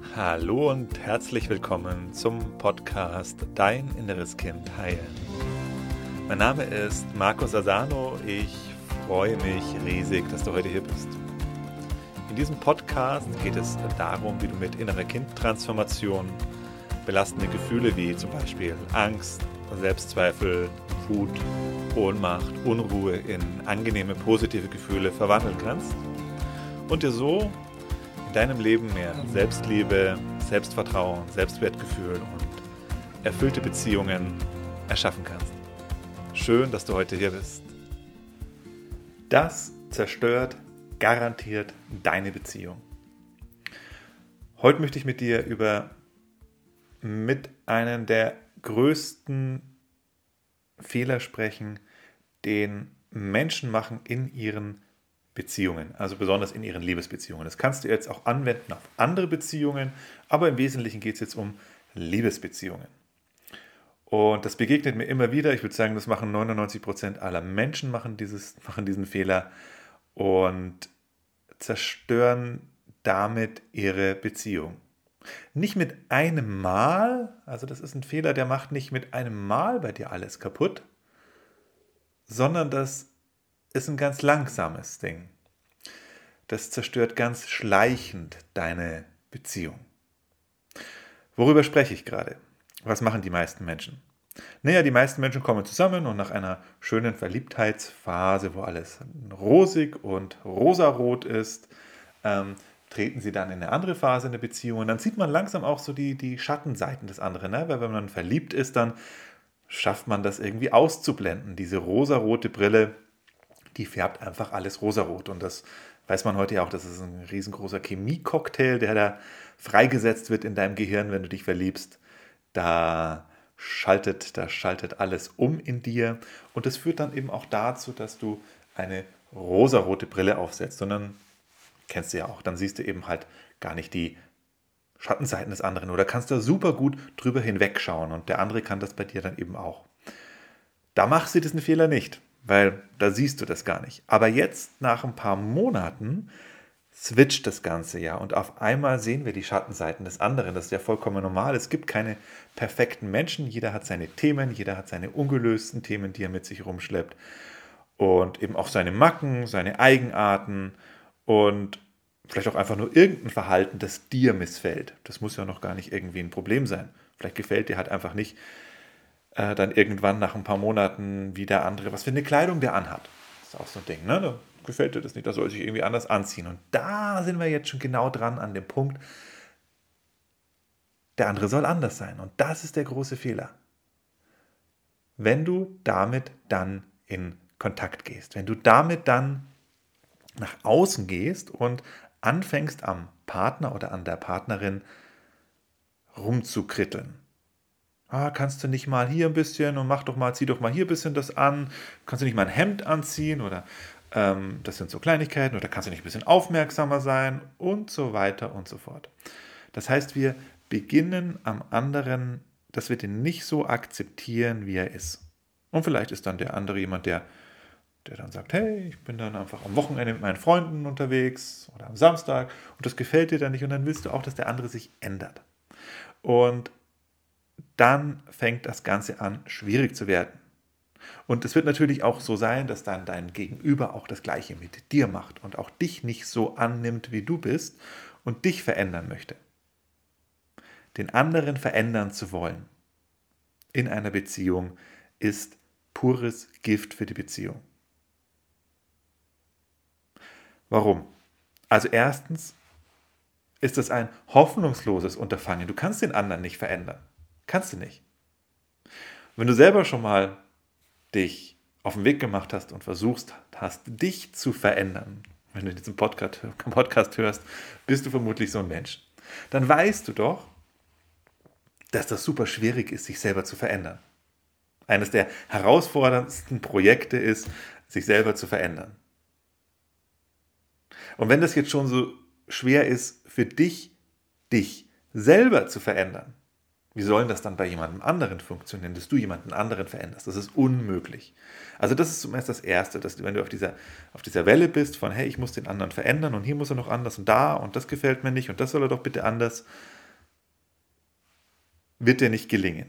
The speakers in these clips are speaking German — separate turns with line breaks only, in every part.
Hallo und herzlich willkommen zum Podcast Dein inneres Kind heilen. Mein Name ist Markus Asano. Ich freue mich riesig, dass du heute hier bist. In diesem Podcast geht es darum, wie du mit innerer Kindtransformation belastende Gefühle wie zum Beispiel Angst, Selbstzweifel, Wut, Ohnmacht, Unruhe in angenehme, positive Gefühle verwandeln kannst und dir so in deinem Leben mehr Selbstliebe, Selbstvertrauen, Selbstwertgefühl und erfüllte Beziehungen erschaffen kannst. Schön, dass du heute hier bist. Das zerstört garantiert deine Beziehung. Heute möchte ich mit dir über mit einem der größten Fehler sprechen, den Menschen machen in ihren Beziehungen, also besonders in ihren Liebesbeziehungen. Das kannst du jetzt auch anwenden auf andere Beziehungen, aber im Wesentlichen geht es jetzt um Liebesbeziehungen. Und das begegnet mir immer wieder. Ich würde sagen, das machen 99% aller Menschen machen diesen Fehler und zerstören damit ihre Beziehung. Nicht mit einem Mal, also das ist ein Fehler, der macht nicht mit einem Mal bei dir alles kaputt, sondern das ist ein ganz langsames Ding. Das zerstört ganz schleichend deine Beziehung. Worüber spreche ich gerade? Was machen die meisten Menschen? Naja, die meisten Menschen kommen zusammen und nach einer schönen Verliebtheitsphase, wo alles rosig und rosarot ist, treten sie dann in eine andere Phase in der Beziehung und dann sieht man langsam auch so die Schattenseiten des anderen. Ne? Weil wenn man verliebt ist, dann schafft man das irgendwie auszublenden. Diese rosarote Brille, die färbt einfach alles rosarot. Und das weiß man heute ja auch, das ist ein riesengroßer Chemiecocktail, der da freigesetzt wird in deinem Gehirn, wenn du dich verliebst. Da schaltet alles um in dir. Und das führt dann eben auch dazu, dass du eine rosarote Brille aufsetzt. Und dann kennst du ja auch, dann siehst du eben halt gar nicht die Schattenseiten des anderen oder kannst da super gut drüber hinwegschauen. Und der andere kann das bei dir dann eben auch. Da machst du diesen Fehler nicht. Weil da siehst du das gar nicht. Aber jetzt, nach ein paar Monaten, switcht das Ganze ja. Und auf einmal sehen wir die Schattenseiten des anderen. Das ist ja vollkommen normal. Es gibt keine perfekten Menschen. Jeder hat seine Themen, jeder hat seine ungelösten Themen, die er mit sich rumschleppt. Und eben auch seine Macken, seine Eigenarten und vielleicht auch einfach nur irgendein Verhalten, das dir missfällt. Das muss ja noch gar nicht irgendwie ein Problem sein. Vielleicht gefällt dir halt einfach nicht dann irgendwann nach ein paar Monaten wie der andere, was für eine Kleidung der anhat. Das ist auch so ein Ding, ne? Da gefällt dir das nicht, da soll sich irgendwie anders anziehen. Und da sind wir jetzt schon genau dran an dem Punkt, der andere soll anders sein. Und das ist der große Fehler. Wenn du damit dann in Kontakt gehst, wenn du damit dann nach außen gehst und anfängst am Partner oder an der Partnerin rumzukritteln. Kannst du nicht mal hier ein bisschen und zieh doch mal hier ein bisschen das an, kannst du nicht mal ein Hemd anziehen oder das sind so Kleinigkeiten oder kannst du nicht ein bisschen aufmerksamer sein und so weiter und so fort. Das heißt, wir beginnen am anderen, dass wir den nicht so akzeptieren, wie er ist. Und vielleicht ist dann der andere jemand, der dann sagt, hey, ich bin dann einfach am Wochenende mit meinen Freunden unterwegs oder am Samstag und das gefällt dir dann nicht und dann willst du auch, dass der andere sich ändert. Und dann fängt das Ganze an, schwierig zu werden. Und es wird natürlich auch so sein, dass dann dein Gegenüber auch das Gleiche mit dir macht und auch dich nicht so annimmt, wie du bist und dich verändern möchte. Den anderen verändern zu wollen in einer Beziehung ist pures Gift für die Beziehung. Warum? Also erstens ist es ein hoffnungsloses Unterfangen. Du kannst den anderen nicht verändern. Kannst du nicht. Wenn du selber schon mal dich auf den Weg gemacht hast und versucht hast, dich zu verändern, wenn du diesen Podcast hörst, bist du vermutlich so ein Mensch. Dann weißt du doch, dass das super schwierig ist, sich selber zu verändern. Eines der herausforderndsten Projekte ist, sich selber zu verändern. Und wenn das jetzt schon so schwer ist für dich selber zu verändern, wie soll das dann bei jemandem anderen funktionieren, dass du jemanden anderen veränderst? Das ist unmöglich. Also das ist zumindest das Erste, dass du, wenn du auf dieser Welle bist von, hey, ich muss den anderen verändern und hier muss er noch anders und da und das gefällt mir nicht und das soll er doch bitte anders, wird dir nicht gelingen.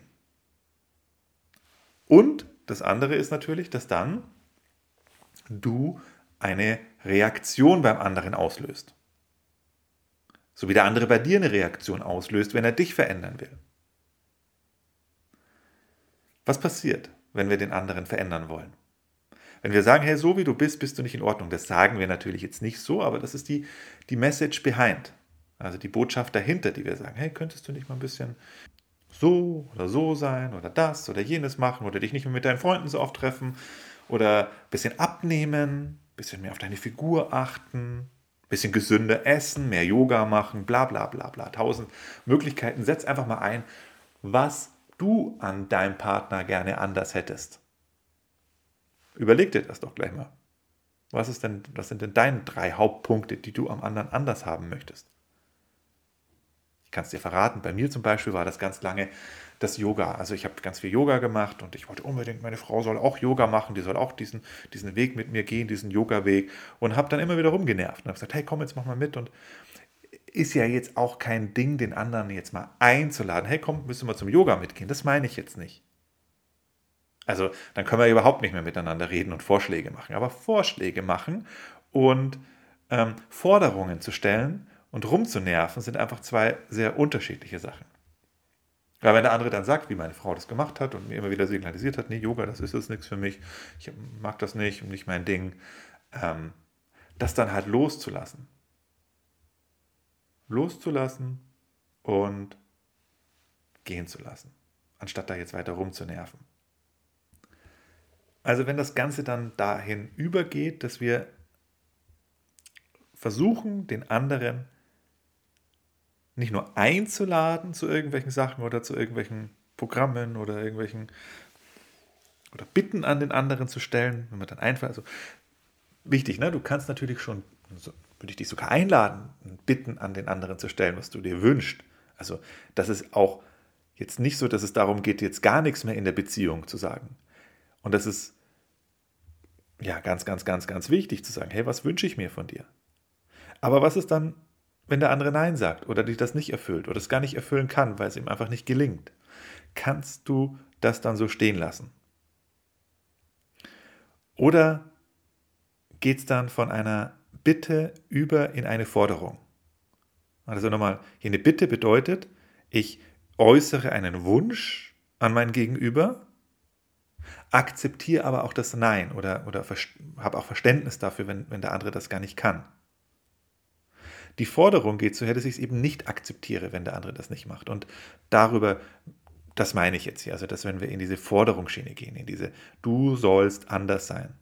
Und das andere ist natürlich, dass dann du eine Reaktion beim anderen auslöst. So wie der andere bei dir eine Reaktion auslöst, wenn er dich verändern will. Was passiert, wenn wir den anderen verändern wollen? Wenn wir sagen, hey, so wie du bist, bist du nicht in Ordnung. Das sagen wir natürlich jetzt nicht so, aber das ist die Message behind. Also die Botschaft dahinter, die wir sagen, hey, könntest du nicht mal ein bisschen so oder so sein oder das oder jenes machen oder dich nicht mehr mit deinen Freunden so oft treffen oder ein bisschen abnehmen, ein bisschen mehr auf deine Figur achten, ein bisschen gesünder essen, mehr Yoga machen, bla bla bla bla. 1000 Möglichkeiten. Setz einfach mal ein, was du an deinem Partner gerne anders hättest. Überleg dir das doch gleich mal. Was sind denn deine 3 Hauptpunkte, die du am anderen anders haben möchtest? Ich kann es dir verraten, bei mir zum Beispiel war das ganz lange das Yoga. Also ich habe ganz viel Yoga gemacht und ich wollte unbedingt, meine Frau soll auch Yoga machen, die soll auch diesen Weg mit mir gehen, diesen Yoga-Weg, und habe dann immer wieder rumgenervt und habe gesagt, hey, komm, jetzt mach mal mit, und ist ja jetzt auch kein Ding, den anderen jetzt mal einzuladen. Hey, komm, müssen wir zum Yoga mitgehen. Das meine ich jetzt nicht. Also dann können wir überhaupt nicht mehr miteinander reden und Vorschläge machen. Aber Vorschläge machen und Forderungen zu stellen und rumzunerven sind einfach 2 sehr unterschiedliche Sachen. Weil wenn der andere dann sagt, wie meine Frau das gemacht hat und mir immer wieder signalisiert hat, nee, Yoga, das ist jetzt nichts für mich, ich mag das nicht und nicht mein Ding, das dann halt loszulassen. Loszulassen und gehen zu lassen, anstatt da jetzt weiter rumzunerven. Also wenn das Ganze dann dahin übergeht, dass wir versuchen, den anderen nicht nur einzuladen zu irgendwelchen Sachen oder zu irgendwelchen Programmen oder Bitten an den anderen zu stellen, wenn man dann einfach, also wichtig, ne? Du kannst natürlich schon, würde ich dich sogar einladen, Bitten an den anderen zu stellen, was du dir wünschst. Also das ist auch jetzt nicht so, dass es darum geht, jetzt gar nichts mehr in der Beziehung zu sagen. Und das ist ja ganz, ganz, ganz, ganz wichtig zu sagen, hey, was wünsche ich mir von dir? Aber was ist dann, wenn der andere Nein sagt oder dich das nicht erfüllt oder es gar nicht erfüllen kann, weil es ihm einfach nicht gelingt? Kannst du das dann so stehen lassen? Oder geht es dann von einer Bitte über in eine Forderung? Also nochmal, hier eine Bitte bedeutet, ich äußere einen Wunsch an mein Gegenüber, akzeptiere aber auch das Nein oder habe auch Verständnis dafür, wenn der andere das gar nicht kann. Die Forderung geht so her, dass ich es eben nicht akzeptiere, wenn der andere das nicht macht. Und darüber, das meine ich jetzt hier, also dass wenn wir in diese Forderungsschiene gehen, in diese du sollst anders sein.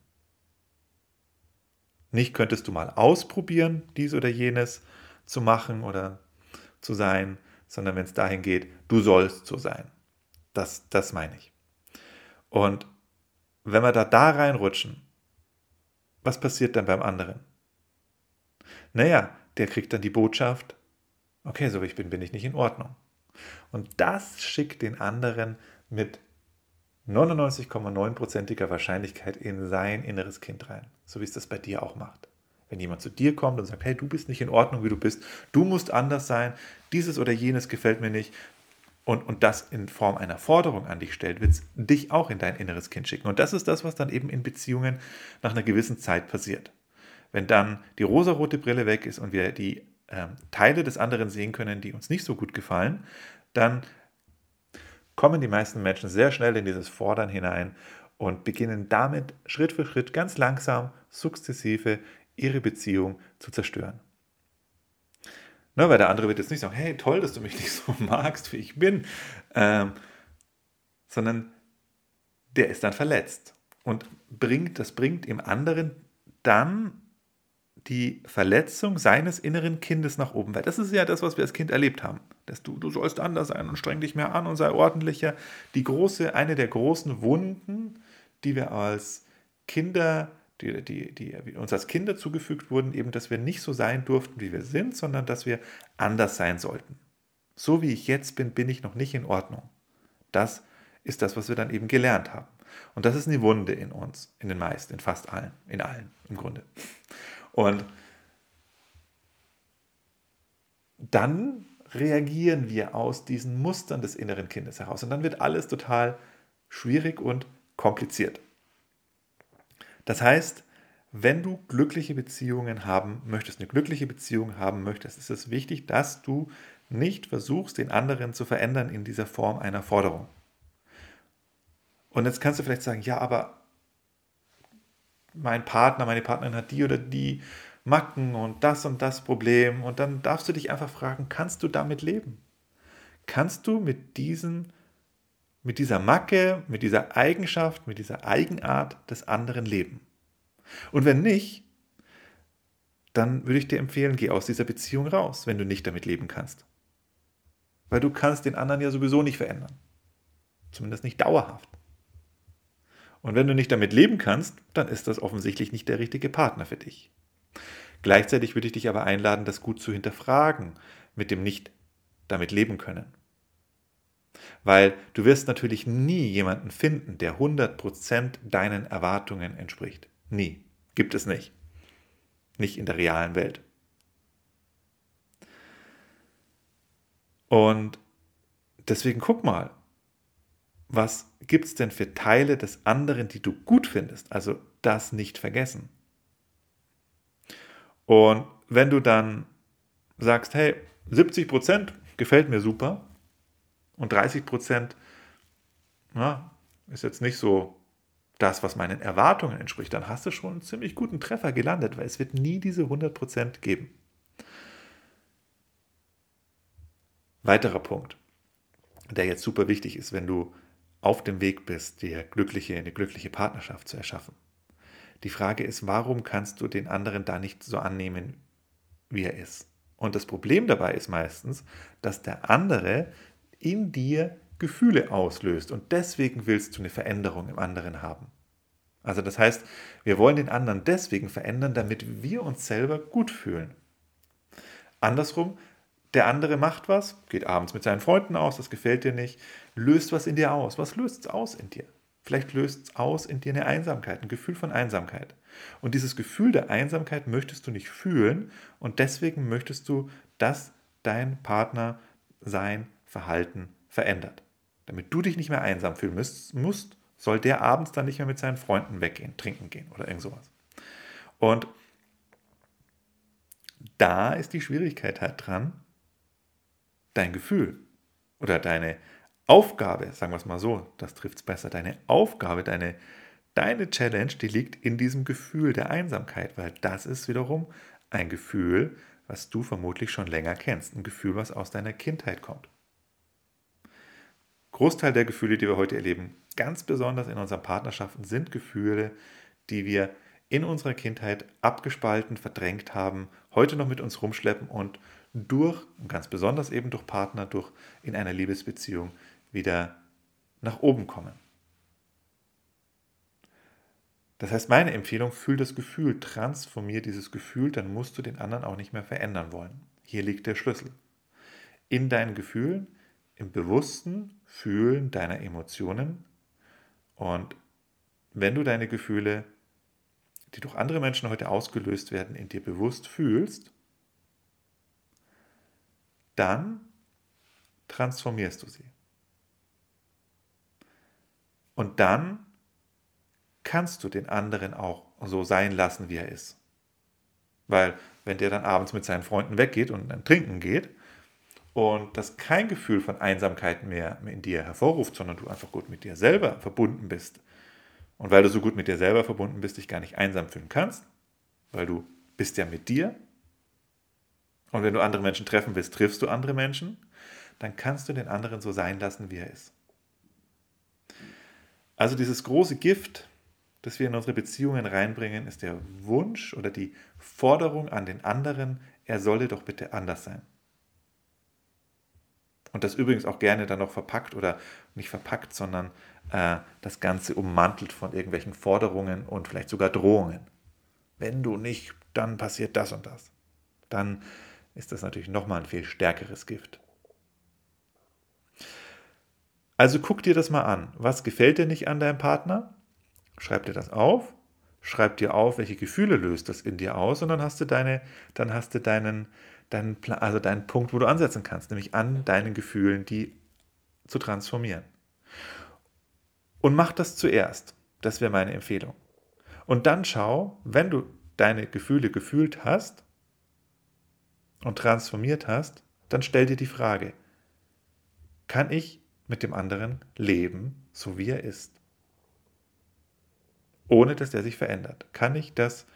Nicht könntest du mal ausprobieren, dies oder jenes zu machen oder zu sein, sondern wenn es dahin geht, du sollst so sein. Das meine ich. Und wenn wir da reinrutschen, was passiert dann beim anderen? Naja, der kriegt dann die Botschaft, okay, so wie ich bin ich nicht in Ordnung. Und das schickt den anderen mit 99,9%iger Wahrscheinlichkeit in sein inneres Kind rein. So wie es das bei dir auch macht. Wenn jemand zu dir kommt und sagt, hey, du bist nicht in Ordnung, wie du bist, du musst anders sein, dieses oder jenes gefällt mir nicht, und das in Form einer Forderung an dich stellt, wird es dich auch in dein inneres Kind schicken. Und das ist das, was dann eben in Beziehungen nach einer gewissen Zeit passiert. Wenn dann die rosarote Brille weg ist und wir die Teile des anderen sehen können, die uns nicht so gut gefallen, dann kommen die meisten Menschen sehr schnell in dieses Fordern hinein und beginnen damit Schritt für Schritt ganz langsam, sukzessive ihre Beziehung zu zerstören. Ne, weil der andere wird jetzt nicht sagen, hey, toll, dass du mich nicht so magst, wie ich bin, sondern der ist dann verletzt und das bringt im anderen dann die Verletzung seines inneren Kindes nach oben, weil das ist ja das, was wir als Kind erlebt haben, dass du sollst anders sein und streng dich mehr an und sei ordentlicher. Eine der großen Wunden, die wir als Kinder, die uns als Kinder zugefügt wurden, eben, dass wir nicht so sein durften, wie wir sind, sondern dass wir anders sein sollten. So wie ich jetzt bin, bin ich noch nicht in Ordnung. Das ist das, was wir dann eben gelernt haben. Und das ist eine Wunde in uns, in den meisten, in fast allen, in allen im Grunde. Und dann reagieren wir aus diesen Mustern des inneren Kindes heraus. Und dann wird alles total schwierig und kompliziert. Das heißt, wenn du glückliche Beziehungen haben möchtest, eine glückliche Beziehung haben möchtest, ist es wichtig, dass du nicht versuchst, den anderen zu verändern in dieser Form einer Forderung. Und jetzt kannst du vielleicht sagen, ja, aber mein Partner, meine Partnerin hat die oder die Macken und das Problem. Und dann darfst du dich einfach fragen, kannst du damit leben? Kannst du mit dieser Macke, mit dieser Eigenschaft, mit dieser Eigenart des anderen leben? Und wenn nicht, dann würde ich dir empfehlen, geh aus dieser Beziehung raus, wenn du nicht damit leben kannst. Weil du kannst den anderen ja sowieso nicht verändern. Zumindest nicht dauerhaft. Und wenn du nicht damit leben kannst, dann ist das offensichtlich nicht der richtige Partner für dich. Gleichzeitig würde ich dich aber einladen, das gut zu hinterfragen mit dem nicht damit leben können. Weil du wirst natürlich nie jemanden finden, der 100% deinen Erwartungen entspricht. Nie. Gibt es nicht. Nicht in der realen Welt. Und deswegen guck mal, was gibt es denn für Teile des anderen, die du gut findest? Also das nicht vergessen. Und wenn du dann sagst, hey, 70% gefällt mir super und 30% ist jetzt nicht so das, was meinen Erwartungen entspricht, dann hast du schon einen ziemlich guten Treffer gelandet, weil es wird nie diese 100% geben. Weiterer Punkt, der jetzt super wichtig ist, wenn du auf dem Weg bist, dir eine glückliche Partnerschaft zu erschaffen. Die Frage ist, warum kannst du den anderen da nicht so annehmen, wie er ist? Und das Problem dabei ist meistens, dass der andere in dir Gefühle auslöst und deswegen willst du eine Veränderung im anderen haben. Also das heißt, wir wollen den anderen deswegen verändern, damit wir uns selber gut fühlen. Andersrum, der andere macht was, geht abends mit seinen Freunden aus, das gefällt dir nicht, löst was in dir aus. Was löst es aus in dir? Vielleicht löst es aus in dir eine Einsamkeit, ein Gefühl von Einsamkeit. Und dieses Gefühl der Einsamkeit möchtest du nicht fühlen und deswegen möchtest du, dass dein Partner sein Verhalten verändert. Damit du dich nicht mehr einsam fühlen musst, soll der abends dann nicht mehr mit seinen Freunden weggehen, trinken gehen oder irgend sowas. Und da ist die Schwierigkeit halt dran, dein Gefühl oder deine Aufgabe, sagen wir es mal so, das trifft es besser, deine Aufgabe, deine Challenge, die liegt in diesem Gefühl der Einsamkeit, weil das ist wiederum ein Gefühl, was du vermutlich schon länger kennst, ein Gefühl, was aus deiner Kindheit kommt. Großteil der Gefühle, die wir heute erleben, ganz besonders in unseren Partnerschaften, sind Gefühle, die wir in unserer Kindheit abgespalten, verdrängt haben, heute noch mit uns rumschleppen und ganz besonders eben durch Partner, in einer Liebesbeziehung wieder nach oben kommen. Das heißt, meine Empfehlung, fühl das Gefühl, transformier dieses Gefühl, dann musst du den anderen auch nicht mehr verändern wollen. Hier liegt der Schlüssel. In deinen Gefühlen, im bewussten Fühlen deiner Emotionen und wenn du deine Gefühle, die durch andere Menschen heute ausgelöst werden, in dir bewusst fühlst, dann transformierst du sie. Und dann kannst du den anderen auch so sein lassen, wie er ist. Weil wenn der dann abends mit seinen Freunden weggeht und dann trinken geht und das kein Gefühl von Einsamkeit mehr in dir hervorruft, sondern du einfach gut mit dir selber verbunden bist und weil du so gut mit dir selber verbunden bist, dich gar nicht einsam fühlen kannst, weil du bist ja mit dir und wenn du andere Menschen treffen willst, triffst du andere Menschen, dann kannst du den anderen so sein lassen, wie er ist. Also dieses große Gift, das wir in unsere Beziehungen reinbringen, ist der Wunsch oder die Forderung an den anderen, er solle doch bitte anders sein. Und das übrigens auch gerne dann noch verpackt oder nicht verpackt, sondern das Ganze ummantelt von irgendwelchen Forderungen und vielleicht sogar Drohungen. Wenn du nicht, dann passiert das und das. Dann ist das natürlich nochmal ein viel stärkeres Gift. Also guck dir das mal an. Was gefällt dir nicht an deinem Partner? Schreib dir das auf. Schreib dir auf, welche Gefühle löst das in dir aus und dann hast du deinen deinen Punkt, wo du ansetzen kannst, nämlich an deinen Gefühlen, die zu transformieren. Und mach das zuerst. Das wäre meine Empfehlung. Und dann schau, wenn du deine Gefühle gefühlt hast und transformiert hast, dann stell dir die Frage, kann ich mit dem anderen leben, so wie er ist? Ohne dass der sich verändert. Kann ich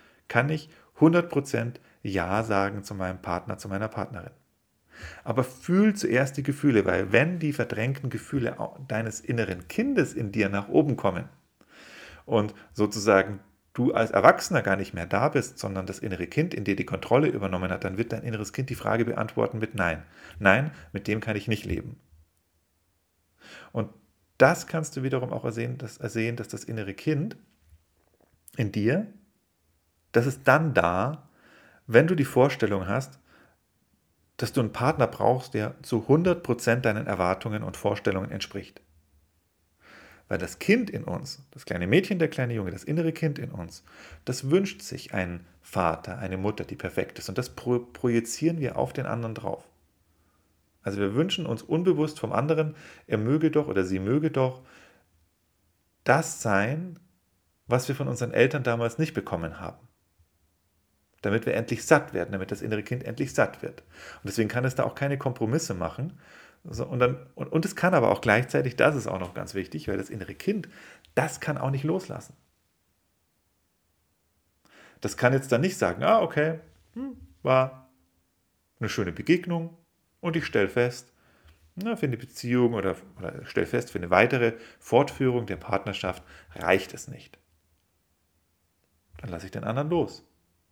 100% Ja sagen zu meinem Partner, zu meiner Partnerin? Aber fühl zuerst die Gefühle, weil wenn die verdrängten Gefühle deines inneren Kindes in dir nach oben kommen und sozusagen du als Erwachsener gar nicht mehr da bist, sondern das innere Kind in dir die Kontrolle übernommen hat, dann wird dein inneres Kind die Frage beantworten mit Nein. Nein, mit dem kann ich nicht leben. Und das kannst du wiederum auch ersehen, dass das innere Kind in dir, das ist dann da, wenn du die Vorstellung hast, dass du einen Partner brauchst, der zu 100% deinen Erwartungen und Vorstellungen entspricht. Weil das Kind in uns, das kleine Mädchen, der kleine Junge, das innere Kind in uns, das wünscht sich einen Vater, eine Mutter, die perfekt ist. Und das projizieren wir auf den anderen drauf. Also wir wünschen uns unbewusst vom anderen, er möge doch oder sie möge doch das sein, was wir von unseren Eltern damals nicht bekommen haben. Damit wir endlich satt werden, damit das innere Kind endlich satt wird. Und deswegen kann es da auch keine Kompromisse machen. Und es kann aber auch gleichzeitig, das ist auch noch ganz wichtig, weil das innere Kind, das kann auch nicht loslassen. Das kann jetzt dann nicht sagen, okay, war eine schöne Begegnung und ich stelle fest, für eine Beziehung oder stelle fest, für eine weitere Fortführung der Partnerschaft reicht es nicht. Dann lasse ich den anderen los.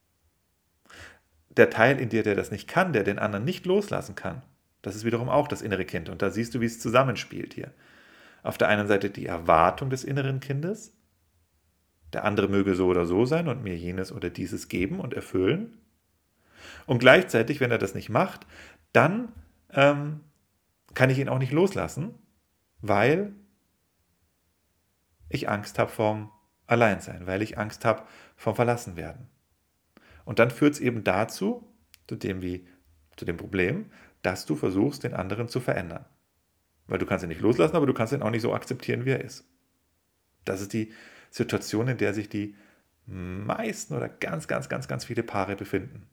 Der Teil in dir, der das nicht kann, der den anderen nicht loslassen kann, das ist wiederum auch das innere Kind. Und da siehst du, wie es zusammenspielt hier. Auf der einen Seite die Erwartung des inneren Kindes, der andere möge so oder so sein und mir jenes oder dieses geben und erfüllen. Und gleichzeitig, wenn er das nicht macht, dann kann ich ihn auch nicht loslassen, weil ich Angst habe vom Alleinsein, weil ich Angst habe vom Verlassenwerden. Und dann führt es eben dazu, zu dem Problem, dass du versuchst, den anderen zu verändern. Weil du kannst ihn nicht loslassen, aber du kannst ihn auch nicht so akzeptieren, wie er ist. Das ist die Situation, in der sich die meisten oder ganz, ganz, ganz, ganz viele Paare befinden.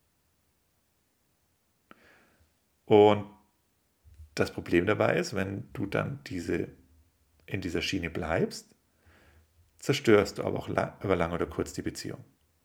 Und das Problem dabei ist, wenn du dann in dieser Schiene bleibst, zerstörst du aber auch über lang oder kurz die Beziehung.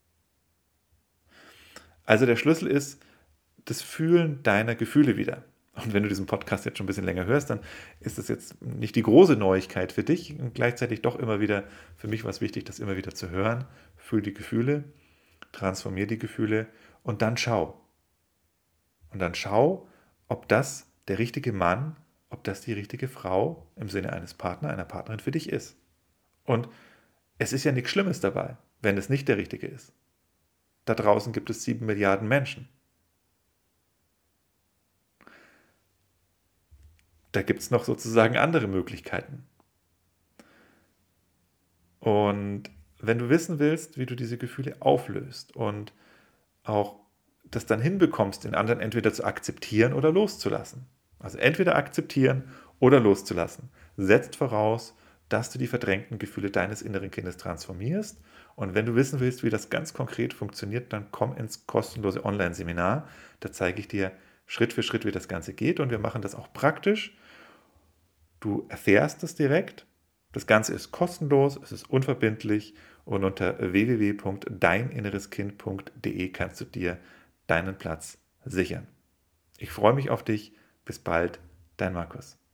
Also der Schlüssel ist das Fühlen deiner Gefühle wieder. Und wenn du diesen Podcast jetzt schon ein bisschen länger hörst, dann ist das jetzt nicht die große Neuigkeit für dich und gleichzeitig doch immer wieder, für mich war es wichtig, das immer wieder zu hören. Fühl die Gefühle, transformier die Gefühle und dann schau. Und dann schau, ob das der richtige Mann, ob das die richtige Frau im Sinne eines Partners, einer Partnerin für dich ist. Und es ist ja nichts Schlimmes dabei, wenn es nicht der richtige ist. Da draußen gibt es 7 Milliarden Menschen. Da gibt es noch sozusagen andere Möglichkeiten. Und wenn du wissen willst, wie du diese Gefühle auflöst und auch das dann hinbekommst, den anderen entweder zu akzeptieren oder loszulassen. Also entweder akzeptieren oder loszulassen. Setzt voraus, dass du die verdrängten Gefühle deines inneren Kindes transformierst. Und wenn du wissen willst, wie das ganz konkret funktioniert, dann komm ins kostenlose Online-Seminar. Da zeige ich dir Schritt für Schritt, wie das Ganze geht. Und wir machen das auch praktisch. Du erfährst es direkt. Das Ganze ist kostenlos, es ist unverbindlich. Und unter www.deininnereskind.de kannst du dir deinen Platz sichern. Ich freue mich auf dich. Bis bald, dein Markus.